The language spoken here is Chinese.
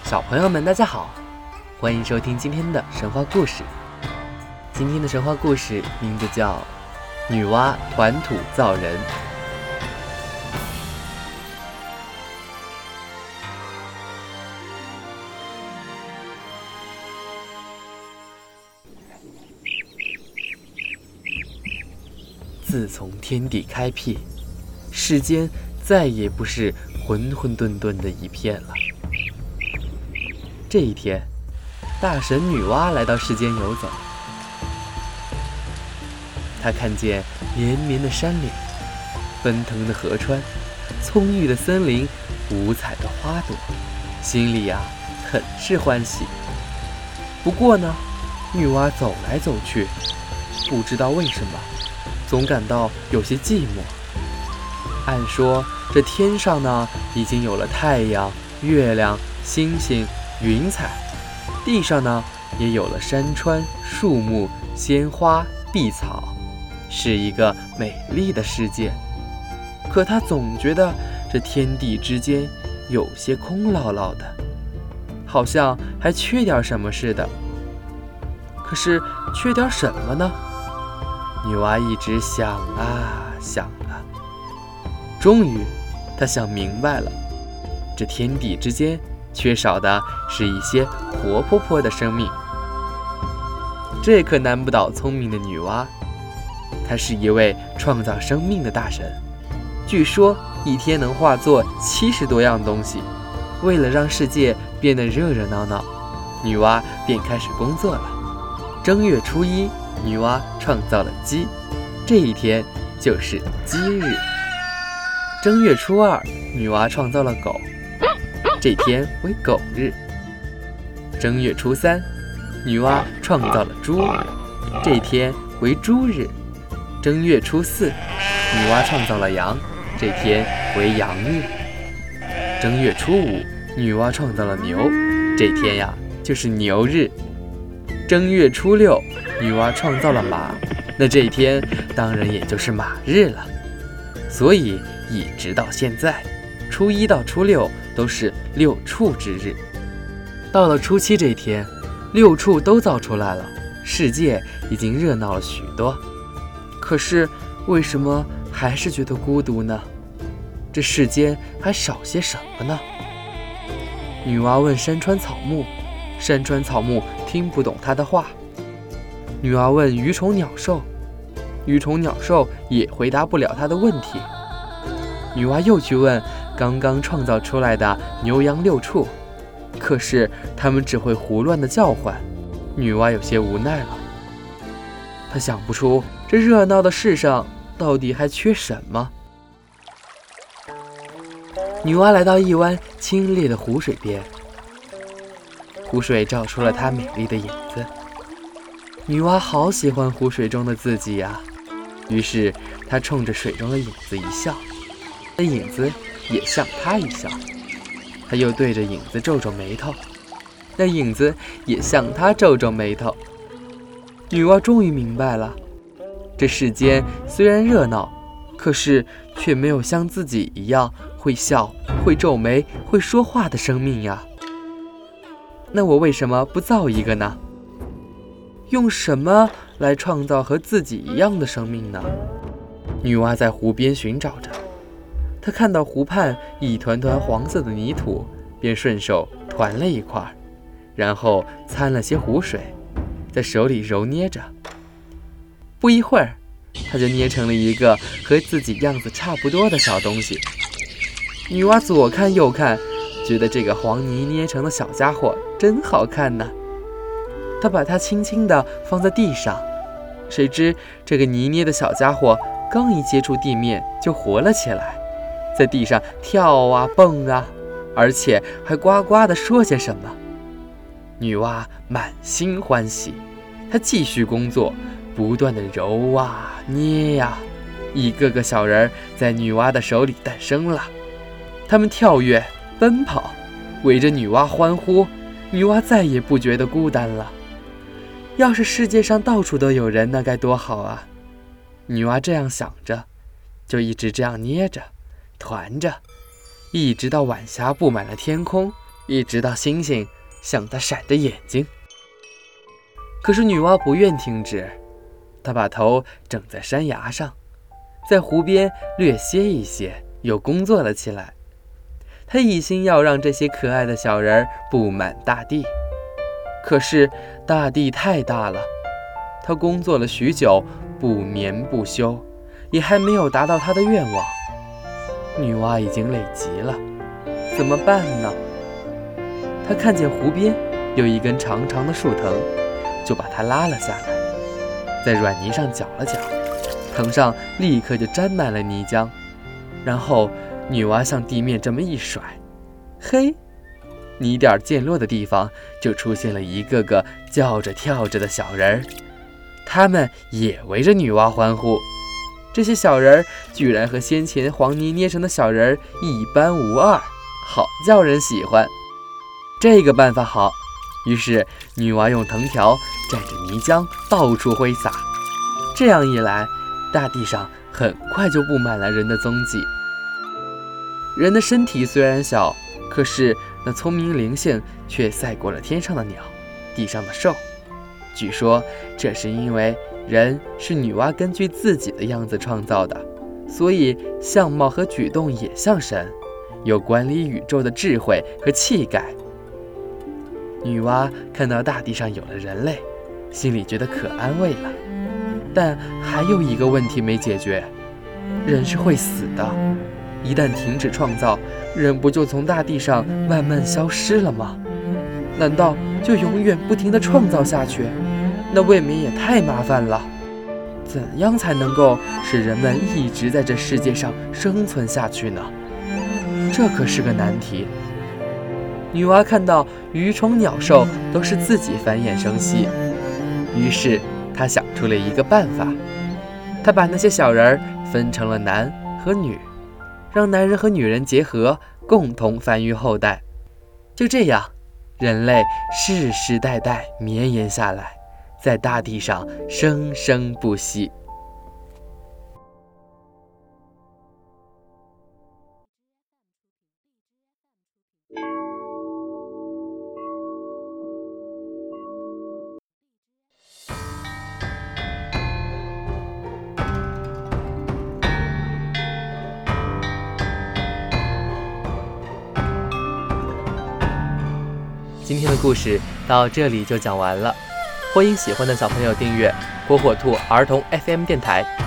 小朋友们，大家好，欢迎收听今天的神话故事。今天的神话故事名字叫《女娲团土造人》。自从天地开辟，世间再也不是混混沌沌的一片了。这一天，大神女娲来到世间游走，她看见连绵的山岭、奔腾的河川、葱郁的森林、五彩的花朵，心里很是欢喜。不过呢，女娲走来走去，不知道为什么，总感到有些寂寞。按说这天上呢，已经有了太阳、月亮、星星、云彩，地上呢也有了山川、树木、鲜花、碧草，是一个美丽的世界。可他总觉得这天地之间有些空落落的，好像还缺点什么似的。可是缺点什么呢？女娲一直想啊想啊，终于她想明白了，这天地之间缺少的是一些活泼泼的生命。这可难不倒聪明的女娲，她是一位创造生命的大神，据说一天能化作70多样东西。为了让世界变得热热闹闹，女娲便开始工作了。正月初一，女娲创造了鸡，这一天就是鸡日。正月初二，女娲创造了狗，这天为狗日。正月初三，女娲创造了猪，这天为猪日。正月初四，女娲创造了羊，这天为羊日。正月初五，女娲创造了牛，这天就是牛日。正月初六，女娲创造了马，那这一天当然也就是马日了。所以一直到现在，初一到初六都是六畜之日。到了初七这天，六畜都造出来了，世界已经热闹了许多。可是为什么还是觉得孤独呢？这世间还少些什么呢？女娲问山川草木，山川草木听不懂她的话。女娲问鱼虫鸟兽，鱼虫鸟兽也回答不了她的问题。女娲又去问刚刚创造出来的牛羊六畜，可是他们只会胡乱的叫唤。女娲有些无奈了，她想不出这热闹的世上到底还缺什么。女娲来到一湾清冽的湖水边，湖水照出了她美丽的影子。女娲好喜欢湖水中的自己呀，于是她冲着水中的影子一笑，那影子也向她一笑。她又对着影子皱皱眉头，那影子也向她皱皱眉头。女娲终于明白了，这世间虽然热闹，可是却没有像自己一样会笑、会皱眉、会说话的生命呀。那我为什么不造一个呢？用什么来创造和自己一样的生命呢？女娲在湖边寻找着，她看到湖畔一团团黄色的泥土，便顺手团了一块，然后掺了些湖水，在手里揉捏着。不一会儿，她就捏成了一个和自己样子差不多的小东西。女娲左看右看，觉得这个黄泥捏成的小家伙真好看呢。她把它轻轻地放在地上，谁知这个泥捏的小家伙刚一接触地面就活了起来，在地上跳啊蹦啊，而且还呱呱地说些什么。女娲满心欢喜，她继续工作，不断地揉啊捏呀，一个个小人在女娲的手里诞生了。他们跳跃奔跑，围着女娲欢呼。女娲再也不觉得孤单了。要是世界上到处都有人，那该多好啊！女娲这样想着，就一直这样捏着团着，一直到晚霞布满了天空， 一直到星星向她闪着眼睛。可是女娲不愿停止，她把头整在山崖上，在湖边略歇一歇，又工作了起来。她一心要让这些可爱的小人布满大地。可是大地太大了，她工作了许久，不眠不休，也还没有达到她的愿望。女娲已经累极了，怎么办呢？她看见湖边有一根长长的树藤，就把它拉了下来，在软泥上搅了搅，藤上立刻就沾满了泥浆。然后女娲向地面这么一甩，嘿，泥点溅落的地方就出现了一个个叫着跳着的小人儿，他们也围着女娲欢呼。这些小人儿居然和先前黄泥捏成的小人儿一般无二，好叫人喜欢。这个办法好，于是女娲用藤条蘸着泥浆到处挥洒，这样一来，大地上很快就布满了人的踪迹。人的身体虽然小，可是那聪明灵性却赛过了天上的鸟，地上的兽。据说这是因为人是女娲根据自己的样子创造的，所以相貌和举动也像神，有管理宇宙的智慧和气概。女娲看到大地上有了人类，心里觉得可安慰了。但还有一个问题没解决，人是会死的，一旦停止创造，人不就从大地上慢慢消失了吗？难道就永远不停地创造下去？那未免也太麻烦了。怎样才能够使人们一直在这世界上生存下去呢？这可是个难题。女娲看到鱼虫鸟兽都是自己繁衍生息，于是她想出了一个办法。她把那些小人分成了男和女，让男人和女人结合，共同繁育后代。就这样，人类世世代代绵延下来，在大地上生生不息。今天的故事到这里就讲完了，欢迎喜欢的小朋友订阅火火兔儿童 FM 电台。